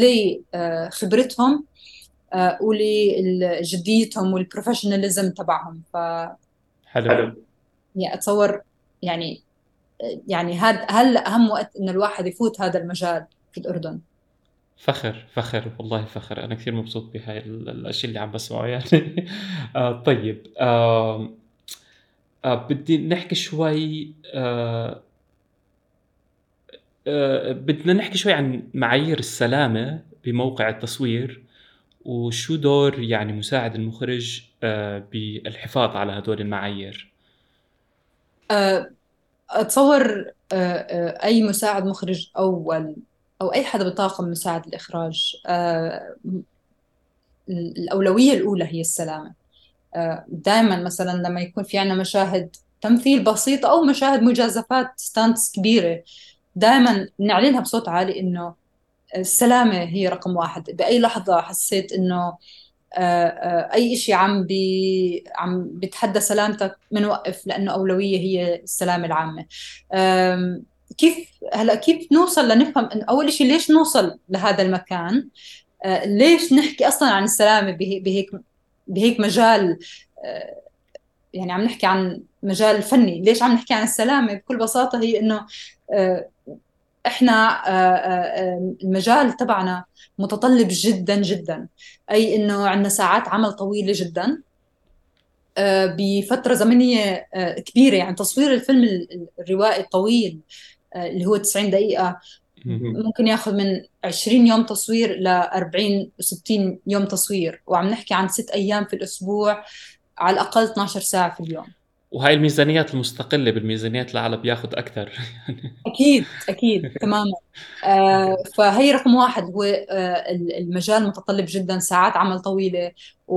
لخبرتهم آه، ولجديتهم والبروفيشناليزم تبعهم. ف حلو. يعني اتصور يعني يعني هذا هلا اهم وقت انه الواحد يفوت هذا المجال في الاردن. فخر فخر والله فخر، انا كثير مبسوط بهاي ال- الاشياء اللي عم بسمعه يعني. آه طيب، آه آه بدي نحكي شوي، آه آه بدنا نحكي شوي عن معايير السلامة بموقع التصوير، وشو دور يعني مساعد المخرج آه بالحفاظ على هدول المعايير. آه، اتصور آه، آه، اي مساعد مخرج اول او اي حدا بطاقم مساعد الاخراج، آه، الاولويه الاولى هي السلامه. دائما مثلا لما يكون في عنا مشاهد تمثيل بسيطة أو مشاهد مجازفات ستانتس كبيرة، دائما نعلنها بصوت عالي إنه السلامة هي رقم واحد. بأي لحظة حسيت إنه آه، آه، أي إشي عم بي عم بتحدى سلامتك بنوقف، لأنه أولوية هي السلامة العامة. آم، كيف هلا كيف نوصل لنفهم إن أول إشي ليش نوصل لهذا المكان؟ آه، ليش نحكي أصلا عن السلامة به- بهيك بهيك مجال؟ آه، يعني عم نحكي عن مجال فني، ليش عم نحكي عن السلامة؟ بكل بساطة هي إنه آه، إحنا آه، آه، آه، المجال تبعنا متطلب جدا جدا، أي إنه عندنا ساعات عمل طويلة جدا آه، بفترة زمنية آه، كبيرة. يعني تصوير الفيلم ال- الروائي الطويل آه، اللي هو تسعين دقيقة مهم. ممكن ياخذ من عشرين يوم تصوير ل أربعين و60 يوم تصوير، وعم نحكي عن ست أيام في الأسبوع، على الأقل اثناشر ساعة في اليوم. وهاي الميزانيات المستقلة بالميزانيات الأعلى بياخد أكثر يعني. أكيد أكيد تماما. آه فهي رقم واحد هو آه المجال متطلب جدا ساعات عمل طويلة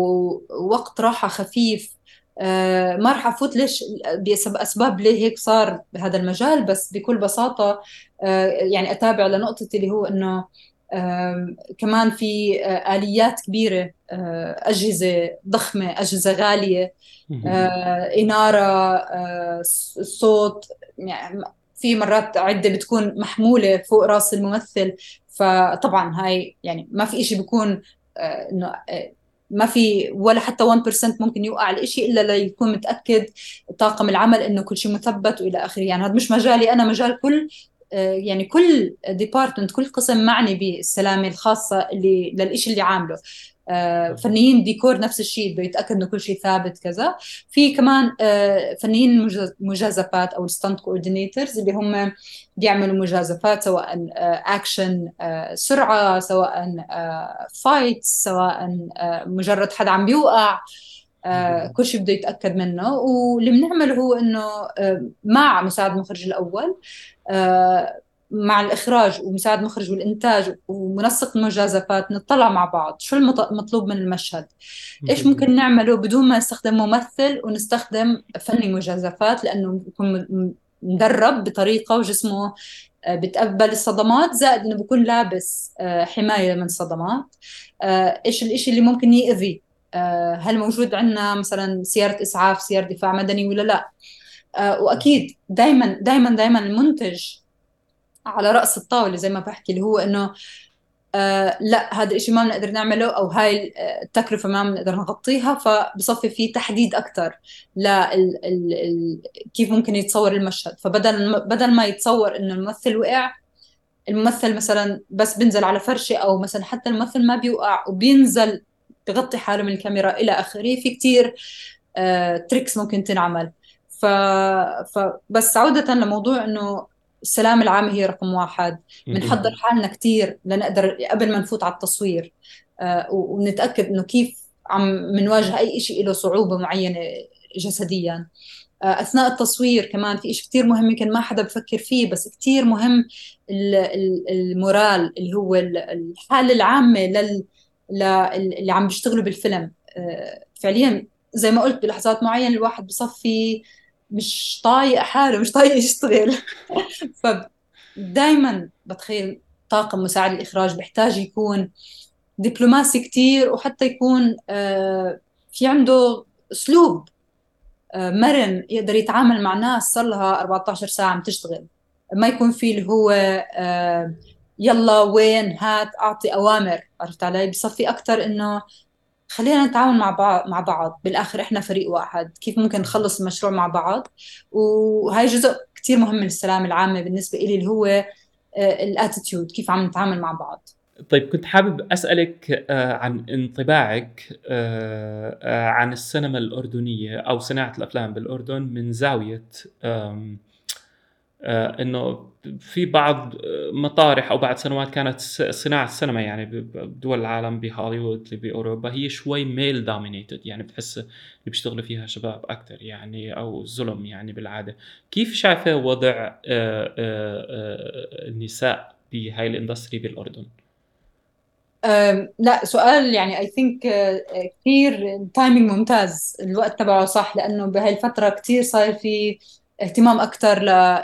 ووقت راحة خفيف. آه ما راح أفوت ليش بأسباب ليه هيك صار بهذا المجال، بس بكل بساطة آه يعني أتابع لنقطة اللي هو إنه آه كمان في آه آليات كبيرة، آه أجهزة ضخمة، أجهزة غالية، مهم. آه إنارة، آه صوت. يعني في مرات عدة بتكون محمولة فوق راس الممثل، فطبعا هاي يعني ما في إشي بيكون آه، إنه آه، ما في ولا حتى واحد بالمية ممكن يوقع الإشي إلا ليكون متأكد طاقم العمل إنه كل شيء مثبت وإلى آخره. يعني هذا مش مجالي أنا، مجال كل آه، يعني كل ديبارتمنت، كل قسم معني بالسلامة الخاصة اللي للإشي اللي عامله. آه، فنيين ديكور نفس الشيء بده يتأكد إنه كل شيء ثابت كذا. في كمان آه، فنيين المجاز- مجازفات او الستانت كوردينيتورز اللي هم بيعملوا مجازفات، سواء اكشن سرعه، سواء فايت، سواء آه، مجرد حدا عم بيوقع. آه، كل شيء بده يتاكد منه. واللي بنعمله هو انه آه، مع مساعد المخرج الاول آه، مع الإخراج ومساعد مخرج والإنتاج ومنسق المجازفات نطلع مع بعض شو المطلوب من المشهد، إيش ممكن نعمله بدون ما نستخدم ممثل ونستخدم فني مجازفات، لأنه بيكون م- مدرب بطريقة وجسمه آه، بتقبل الصدمات، زائد إنه بيكون لابس آه، حماية من الصدمات. آه، إيش الإشي اللي ممكن يأذي، آه، هل موجود عندنا مثلا سيارة إسعاف، سيارة دفاع مدني ولا لا. آه، وأكيد دايما دايما دايما المنتج على رأس الطاولة زي ما بحكي، اللي هو إنه آه لا هذا الإشي ما بنقدر نعمله، أو هاي التكلفة ما بنقدر نغطيها، فبصفي في تحديد أكثر ل ال ال ال كيف ممكن يتصور المشهد. فبدل بدل ما يتصور إنه الممثل وقع، الممثل مثلا بس بينزل على فرشة، أو مثلا حتى الممثل ما بيوقع وبينزل بغطي حاله من الكاميرا إلى آخره. في كتير آه تريكس ممكن تنعمل. ف... فبس عودة لموضوع إنه السلامة العامة هي رقم واحد. بنحضر حالنا كتير لنقدر قبل ما نفوت على التصوير، آه ونتأكد إنه كيف عم منواجه أي إشي له صعوبة معينة جسديا. آه، أثناء التصوير كمان في إشي كتير مهم يمكن ما حدا بفكر فيه، بس كتير مهم ال- ال- المورال، اللي هو ال- الحالة العامة لل ل- اللي عم بيشتغلوا بالفيلم. آه، فعليا زي ما قلت بلحظات معينة الواحد بصفي مش طايق حاله، مش طايق يشتغل. فدايما بتخيل طاقم مساعد الإخراج بيحتاج يكون دبلوماسي كتير، وحتى يكون آه، في عنده أسلوب آه، مرن يقدر يتعامل مع ناس صار لها أربعة عشر ساعة عم تشتغل. ما يكون في اللي هو آه، يلا وين هات أعطي أوامر، عرفت علي؟ بصفي أكتر إنه خلينا نتعاون مع بعض مع بعض بالآخر إحنا فريق واحد، كيف ممكن نخلص المشروع مع بعض. وهاي جزء كتير مهم من السلام العامة بالنسبة إلي، اللي هو الاتيتيود، كيف عم نتعامل مع بعض. طيب كنت حابب أسألك آه، عن انطباعك آه، آه، عن السينما الأردنية أو صناعة الأفلام بالأردن من زاوية آم، آه، إنه في بعض آه، مطارح أو بعد سنوات كانت س- صناعة السينما يعني ب- ب- بدول العالم بهوليوود اللي بأوروبا هي شوي ميل دومينيتد، يعني بتحس اللي بيشتغلوا فيها شباب أكثر يعني أو زلم يعني بالعادة. كيف شايفة وضع آه، آه، آه، النساء بهاي الاندستري بالأردن؟ أم، لا سؤال يعني اي ثينك كثير تايمينج ممتاز، الوقت تبعه صح، لانه بهاي الفتره كثير صاير في اهتمام اكثر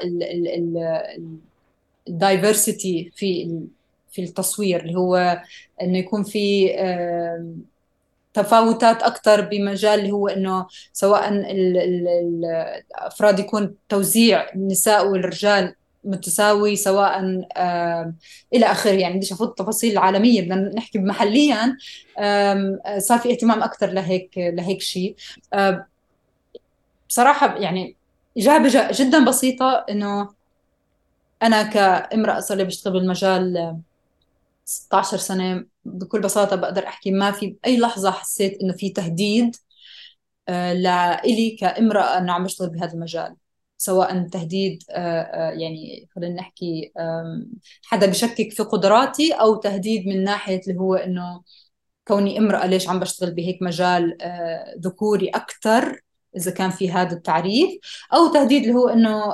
للدايفرسيتي في ال- في التصوير، اللي هو انه يكون في أم، تفاوتات اكثر بمجال اللي هو انه سواء ال- ال- ال- الافراد يكون توزيع النساء والرجال متساوي، سواء آم، الى اخره. يعني بديش افوت التفاصيل العالميه، بدنا نحكي محليا. آم، صار في اهتمام اكثر لهيك لهيك شيء. آم، بصراحه يعني اجابه ج- جدا بسيطه، انه انا كامراه صار لي بشتغل بالمجال ستة عشر سنه، بكل بساطه بقدر احكي ما في باي لحظه حسيت انه في تهديد آه، لإلي كامرأة أنه عم بشتغل بهذا المجال. سواء تهديد آه، آه، يعني خلينا نحكي آم، حدا بشكك في قدراتي، أو تهديد من ناحية اللي هو أنه كوني امرأة ليش عم بشتغل بهيك مجال آه، ذكوري أكثر، إذا كان في هذا التعريف. أو تهديد اللي هو أنه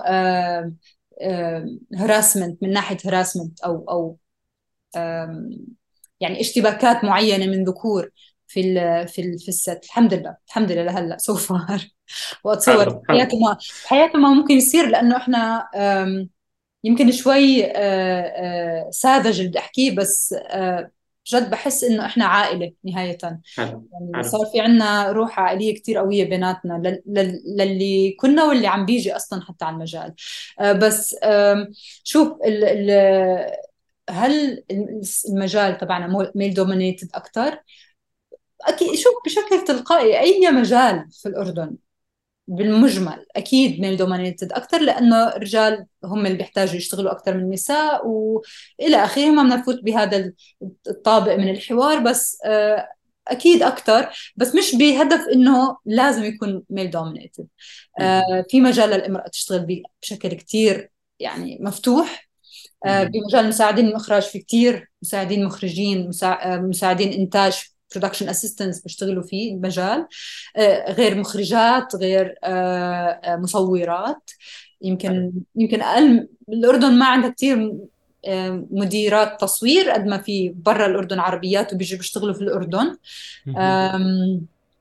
هراسمنت، من ناحية هراسمنت، أو أو آم، يعني اشتباكات معينة من ذكور في ال في ال في الست. الحمد لله الحمد لله لهلا سو فار. واتصور حلو حلو. بحياته ما بحياته ما ممكن يصير، لانه احنا آم، يمكن شوي آه، آه، ساذج اللي بدي احكيه، بس آه، جد بحس انه احنا عائله نهايه. حلو يعني حلو. صار في عنا روح عائليه كتير قويه بيناتنا، لل- لل- للي كنا واللي عم بيجي اصلا حتى على المجال. آه، بس آم، شوف ال ال هل المجال تبعنا ميل دومينيتد اكثر؟ اكيد. شوف بشكل تلقائي اي مجال في الاردن بالمجمل اكيد ميل دومينيتد اكثر، لانه الرجال هم اللي بيحتاجوا يشتغلوا اكثر من النساء والى اخره. ما بدنا نفوت بهذا الطابق من الحوار، بس آه، اكيد اكثر، بس مش بهدف انه لازم يكون ميل دومينيتد. في مجال للامراه تشتغل به بشكل كتير يعني مفتوح. آه، بمجال مساعدين الإخراج في كتير مساعدين مخرجين، مسا- آه، مساعدين إنتاج برودكشن اسيستنتس بيشتغلوا في المجال، آه، غير مخرجات، غير آه، آه، مصورات. يمكن يمكن اقل. الاردن ما عندها كثير مديرات تصوير قد ما في برا الاردن عربيات وبيجوا بيشتغلوا في الاردن. مهم. أم،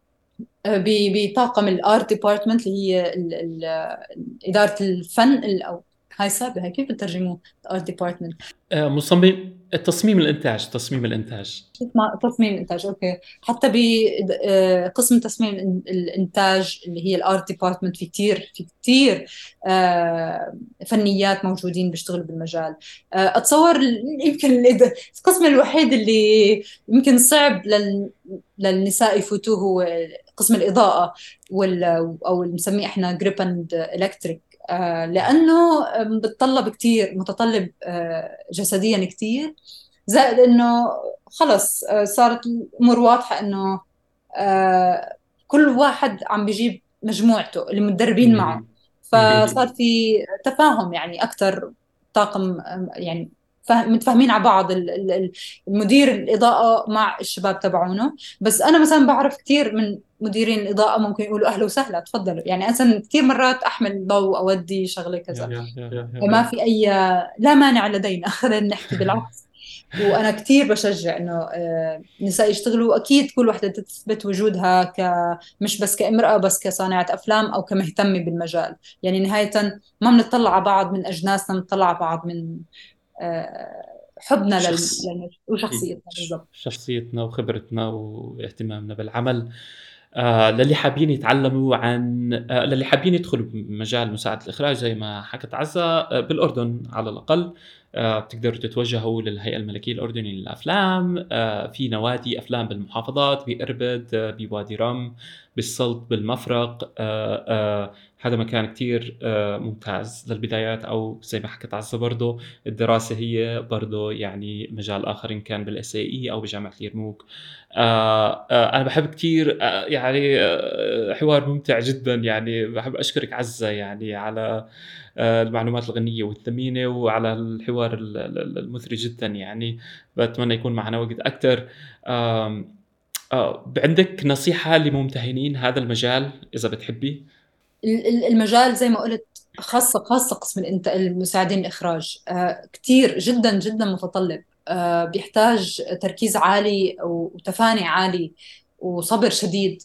ب- بطاقم الارت ديبارتمنت اللي هي ال- ال- اداره الفن ال- او هاي صعبه، هاي كيف بترجموه؟ الارت ديبارتمنت. آه، مصمم تصميم الإنتاج تصميم الإنتاج. اسمها تصميم الانتاج، اوكي. حتى بقسم تصميم الإن- الانتاج اللي هي الارت ديبارتمنت في كتير في كتير آه، فنيات موجودين بيشتغلوا بالمجال. آه، اتصور ال- يمكن الإد- القسم الوحيد اللي يمكن صعب لل للنساء يفوتوه هو قسم الاضاءه، وال او اللي بنسميه احنا جريب اند الكتريك، لانه بتطلب كتير، متطلب آه، جسديا كتير. زائد انه خلص آه، صارت الامور واضحه انه آه، كل واحد عم بيجيب مجموعته اللي متدربين معه، مهم. فصار مهم. في تفاهم يعني اكثر. طاقم آه، يعني فاهم- متفاهمين على بعض، ال- ال- ال- المدير الإضاءة مع الشباب تبعونه. بس أنا مثلا بعرف كثير من مديرين الإضاءة ممكن يقولوا أهلا وسهلا تفضلوا، يعني مثلا كثير مرات أحمل ضوء أودي شغلة كذا، يا يا يا ما يا في أي، لا مانع لدينا خلينا نحكي بالعكس. وانا كثير بشجع انه آه، النساء يشتغلوا، اكيد كل وحده تثبت وجودها ك مش بس كامراه، بس كصانعه افلام او كمهتمه بالمجال. يعني نهايه ما بنطلع على بعض من اجناسنا، بنطلع على بعض من آه، حبنا لل... شخص لل... وشخصيتنا بالضبط. شخصيتنا وخبرتنا واهتمامنا بالعمل. آه للي حابين يتعلموا عن آه للي حابين يدخلوا بمجال مساعدة الإخراج زي ما حكت عزة، آه بالأردن على الأقل، آه بتقدروا تتوجهوا للهيئة الملكية الأردنية للأفلام. آه في نوادي أفلام بالمحافظات، بإربد، آه بوادي رم، بالسلط، بالمفرق. آه آه هذا مكان كتير آه ممتاز للبدايات، أو زي ما حكت عزة برضو الدراسة هي برضو يعني مجال آخر، إن كان بالاس اي اي أو بجامعة اليرموك. آه آه أنا بحب كتير آه يعني آه حوار ممتع جدا. يعني بحب أشكرك عزة يعني على آه المعلومات الغنية والثمينة، وعلى الحوار ال- ال- المثري جدا. يعني بتمنى يكون معنا وقت أكتر. آم، آه عندك نصيحة لممتهنين هذا المجال إذا بتحبي؟ ال- ال- المجال زي ما قلت، خاصة خاصة قسم الإنت... المساعدين الإخراج آه، كتير جدا جدا متطلب، آه، بيحتاج تركيز عالي وتفاني عالي وصبر شديد.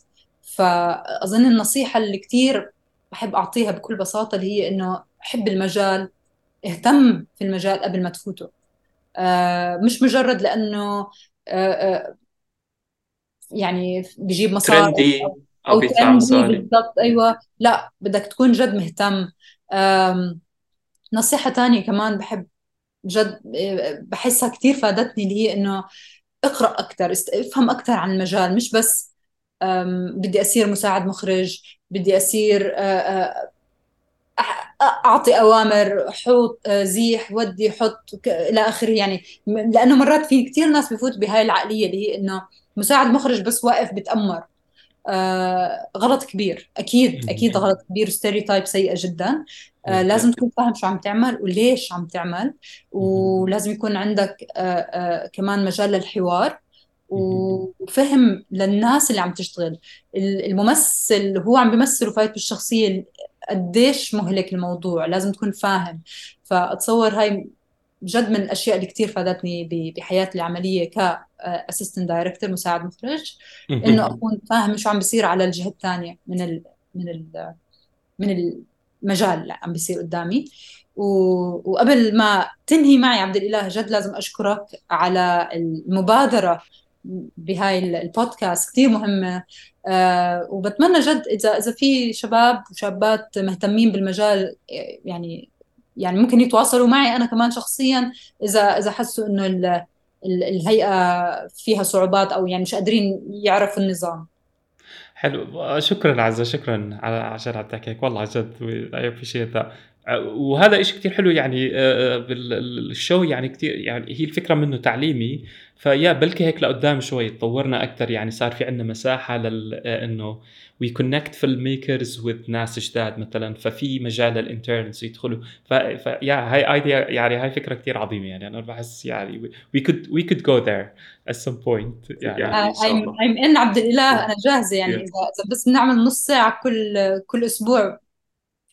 فأظن النصيحة اللي كتير بحب أعطيها بكل بساطة اللي هي إنه حب المجال، اهتم في المجال قبل ما تفوته. آه، مش مجرد لأنه آه، آه، يعني بيجيب مصاري ترندي أو او بيدفع ترندي مصاري. بالضبط. ايوه، لا بدك تكون جد مهتم. أم، نصيحة تانية كمان بحب جد أه، بحسها كثير فادتني، اللي هي انه اقرأ اكثر، افهم اكثر عن المجال. مش بس أم، بدي اصير مساعد مخرج، بدي اصير أه، أه، أح- اعطي اوامر، حوط أه، زيح ودي حط ك- الى اخره. يعني م- لانه مرات في كثير ناس بفوت بهاي العقلية اللي هي انه مساعد مخرج بس واقف بتأمر. آه غلط كبير، اكيد اكيد مهم. غلط كبير، ستيريوتايب سيئه جدا. آه يا لازم تكون فاهم شو عم تعمل وليش عم تعمل، مهم. ولازم يكون عندك آه آه كمان مجال للحوار مهم. وفهم للناس اللي عم تشتغل. الممثل هو عم بيمثل وفايت بالشخصيه، قديش مهلك الموضوع، لازم تكون فاهم. فاتصور هاي جد من الاشياء اللي كثير فادتني ب- بحياتي العمليه ك اسيستنت دايركتور، مساعد مخرج، انه مهم. اكون فاهم شو عم بيصير على الجهه الثانيه من ال من ال من المجال اللي عم بيصير قدامي. و- وقبل ما تنهي معي عبد الاله، جد لازم اشكرك على المبادره بهاي ال- البودكاست، كثير مهمه. آه وبتمنى جد اذا اذا في شباب وشابات مهتمين بالمجال، يعني يعني ممكن يتواصلوا معي انا كمان شخصيا، اذا اذا حسوا انه ال- ال- الهيئه فيها صعوبات او يعني مش قادرين يعرفوا النظام. حلو. شكرا عزة، شكرا على عشان عم تحكي هيك، والله جد I appreciate that. وهذا إشي كتير حلو يعني بالشو. يعني كتير يعني هي الفكرة منه تعليمي، فيا بلكي هيك لقدام شوي تطورنا أكتر. يعني صار في عندنا مساحة لل إنه we connect filmmakers with ناس جداد مثلا، ففي مجال للانترنز يدخلوا. ف... ف... يا هاي ايديا، يعني هاي فكرة كتير عظيمة. يعني أنا بحس يعني we could we could go there at some point يعني إن شاء I'm الله. I'm in عبد الإله، أنا جاهزة. يعني إذا إذا بس بنعمل نص ساعة كل كل أسبوع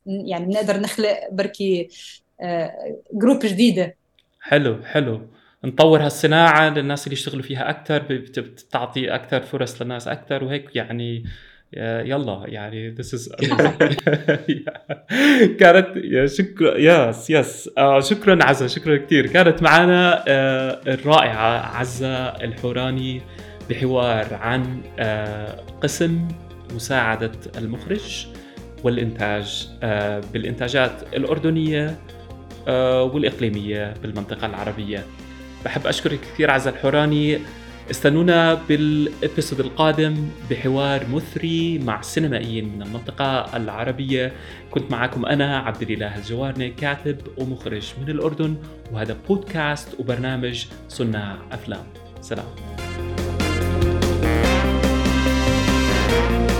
يعني بنقدر نخلق بركي جروب جديدة. حلو حلو، نطور هالصناعة للناس اللي يشتغلوا فيها أكتر، بت- بتعطي أكتر فرص للناس أكتر وهيك يعني. آه، يلا يعني this is amazing. كانت يا شكرا يس يس آه شكرا عزة، شكرا كتير. كانت معنا آه الرائعة عزة الحوراني بحوار عن آه قسم مساعدة المخرج والإنتاج آه بالإنتاجات الأردنية آه والإقليمية بالمنطقة العربية. بحب أشكرك كثير عزة الحوراني. استنونا بالإبسود القادم بحوار مثري مع سينمائيين من المنطقة العربية. كنت معكم أنا عبد الإله الجوارني، كاتب ومخرج من الأردن، وهذا بودكاست وبرنامج صناع أفلام. سلام.